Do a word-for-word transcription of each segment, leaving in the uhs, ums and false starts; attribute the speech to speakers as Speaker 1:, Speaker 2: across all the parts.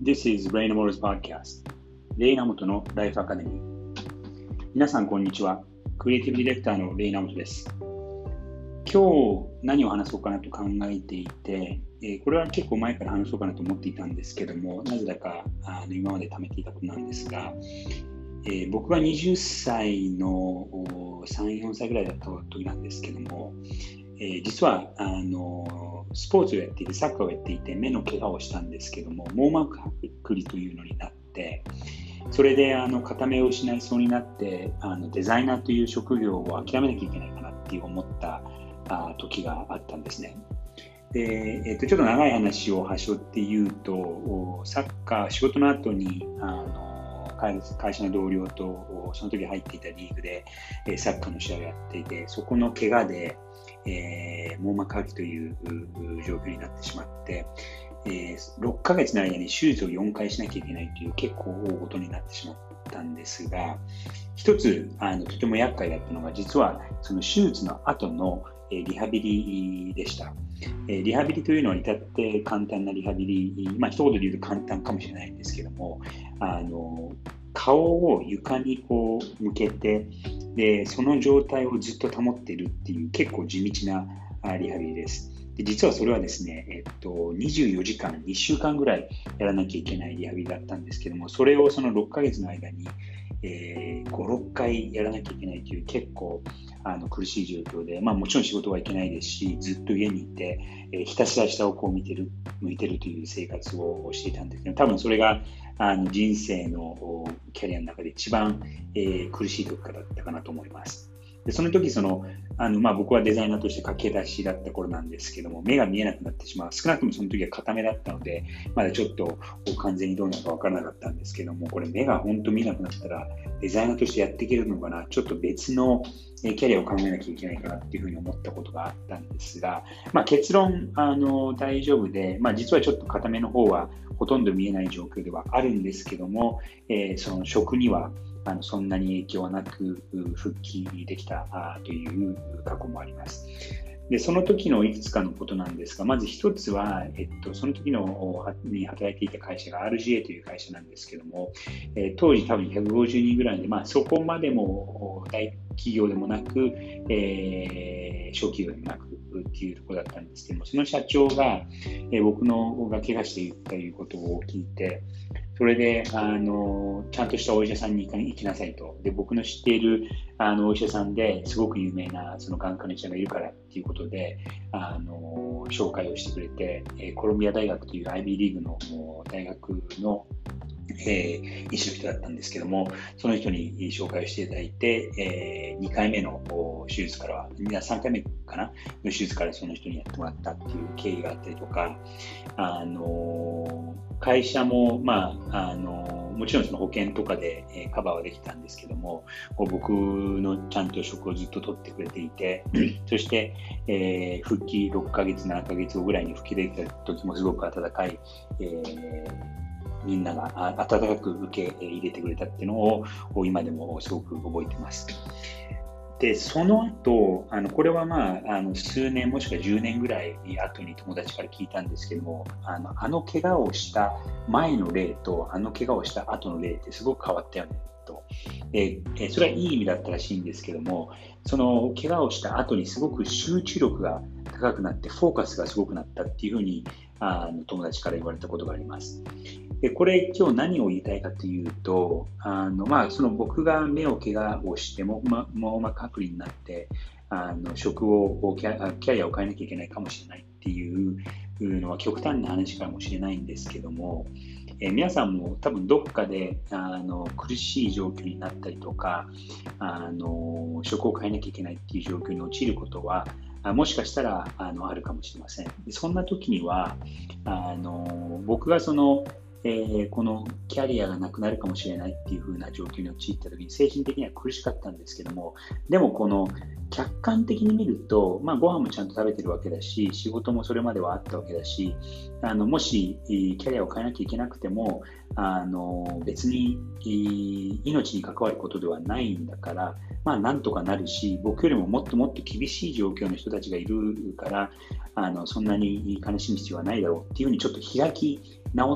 Speaker 1: This is Ray Namoto's podcast. レイナモトのライフアカデミー。皆さんこんにちは。クリエイティブディレクターのレイナモトです。今日何を話そうかなと考えていて、えー、これは結構前から話そうかなと思っていたんですけども、なぜだかあの今まで貯めていたことなんですが、えー、僕がはたちのさん、よんさいぐらいだった時なんですけども、えー、実はあのスポーツをやっていて、サッカーをやっていて、目の怪我をしたんですけども、網膜剥離というのになって、それであの片目を失いそうになって、あのデザイナーという職業を諦めなきゃいけないかなって思ったあ時があったんですね。で、えー、とちょっと長い話を端折って言うと、サッカー、仕事の後にあの会社の同僚とその時入っていたリーグでサッカーの試合をやっていて、そこの怪我で、えー、網膜剥離という状況になってしまって、えー、ろっかげつの間に手術をよんかいしなきゃいけないという結構大事になってしまったんですが、一つあのとても厄介だったのが、実はその手術の後のリハビリでした。リハビリというのは至って簡単なリハビリ、まあ一言で言うと簡単かもしれないんですけども、あの顔を床にこう向けて、でその状態をずっと保っているっていう結構地道なリハビリです。で実はそれはですね、えっと、にじゅうよじかん、いっしゅうかんぐらいやらなきゃいけないリハビリだったんですけども、それをそのろっかげつの間に、えー、ご、ろっかいやらなきゃいけないという結構あの苦しい状況で、まあ、もちろん仕事はいけないですし、ずっと家にいて、えー、ひたすら下をこう見てる、向いてるという生活をしていたんですけど、多分それがあの人生のキャリアの中で一番、えー、苦しい時だったかなと思います。でその時そのあの、まあ、僕はデザイナーとして駆け出しだった頃なんですけども、目が見えなくなってしまう。少なくともその時は片目だったので、まだちょっと完全にどうなるか分からなかったんですけども、これ目が本当見えなくなったらデザイナーとしてやっていけるのかな、ちょっと別のキャリアを考えなきゃいけないかなっていうふうに思ったことがあったんですが、まあ、結論あの大丈夫で、まあ、実はちょっと片目の方はほとんど見えない状況ではあるんですけども、えー、その食にはあのそんなに影響はなく復帰できたという過去もあります。でその時のいくつかのことなんですが、まず一つは、えっと、その時のに働いていた会社が アールジェー という会社なんですけども、えー、当時多分ひゃくごじゅうにんぐらいで、まあ、そこまでも大企業でもなく、えー、小企業でもなくっていうところだったんですけども、その社長が、えー、僕のが怪我しているということを聞いて、それであのちゃんとしたお医者さんに行きなさいと。で僕の知っているあのお医者さんですごく有名なその眼科の医者がいるからっていうことであの紹介をしてくれて、コロンビア大学という アイビー リーグの大学のえー、医師の人だったんですけども、その人に紹介をしていただいて、えー、にかいめの手術からは、さんかいめかなの手術からその人にやってもらったっていう経緯があったりとか、あのー、会社も、まあ、あのー、もちろんその保険とかで、えー、カバーはできたんですけども、僕のちゃんと職をずっと取ってくれていて、そして、えー、復帰ろっかげつ、ななかげつごぐらいに復帰できた時もすごく温かい、えーみんなが温かく受け入れてくれたっていうのを今でもすごく覚えています。で、その後、あのこれはまあ、あの数年もしくはじゅうねんぐらい後に友達から聞いたんですけども、あのあの怪我をした前の例とあの怪我をした後の例ってすごく変わったよねと。えー、それはいい意味だったらしいんですけども、その怪我をした後にすごく集中力が高くなってフォーカスがすごくなったっていうふうにあの友達から言われたことがあります。でこれ今日何を言いたいかというと、あの、まあ、その僕が目を怪我をしても網膜剥離になってあの職をキャ、キャリアを変えなきゃいけないかもしれないっていうのは極端な話かもしれないんですけども、えー、皆さんも多分どっかであの苦しい状況になったりとかあの職を変えなきゃいけないっていう状況に陥ることはもしかしたらあのあるかもしれません。そんな時にはあの僕がそのえー、このキャリアがなくなるかもしれないっていう風な状況に陥った時に精神的には苦しかったんですけども、でもこの客観的に見ると、まあ、ご飯もちゃんと食べてるわけだし、仕事もそれまではあったわけだし、あのもしキャリアを変えなきゃいけなくてもあの別に命に関わることではないんだから、まあ、なんとかなるし、僕よりももっともっと厳しい状況の人たちがいるからあのそんなに悲しむ必要はないだろうっていうふうにちょっと開き直った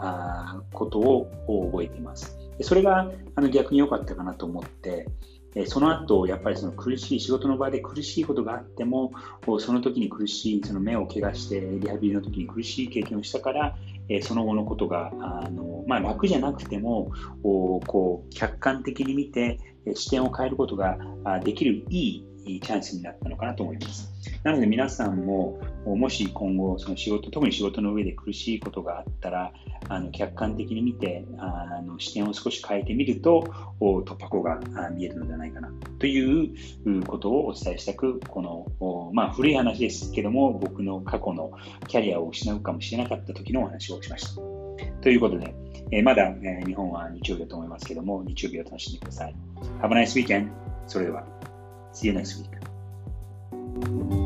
Speaker 1: あことを覚えています。それがあの逆に良かったかなと思って、その後、やっぱりその苦しい、仕事の場で苦しいことがあっても、その時に苦しい、その目を怪我して、リハビリの時に苦しい経験をしたから、その後のことがあの、まあ、楽じゃなくても、こう客観的に見て視点を変えることができるいいチャンスになったのかなと思います。なので皆さんも、もし今後、その仕事、特に仕事の上で苦しいことがあったら、あの客観的に見てあの視点を少し変えてみると、突破口が見えるのではないかなということをお伝えしたく、この、まあ、古い話ですけども、僕の過去のキャリアを失うかもしれなかった時のお話をしました。ということで、えー、まだ、えー、日本は日曜日だと思いますけども、日曜日を楽しんでください。Have a nice weekend. それでは、See you next week.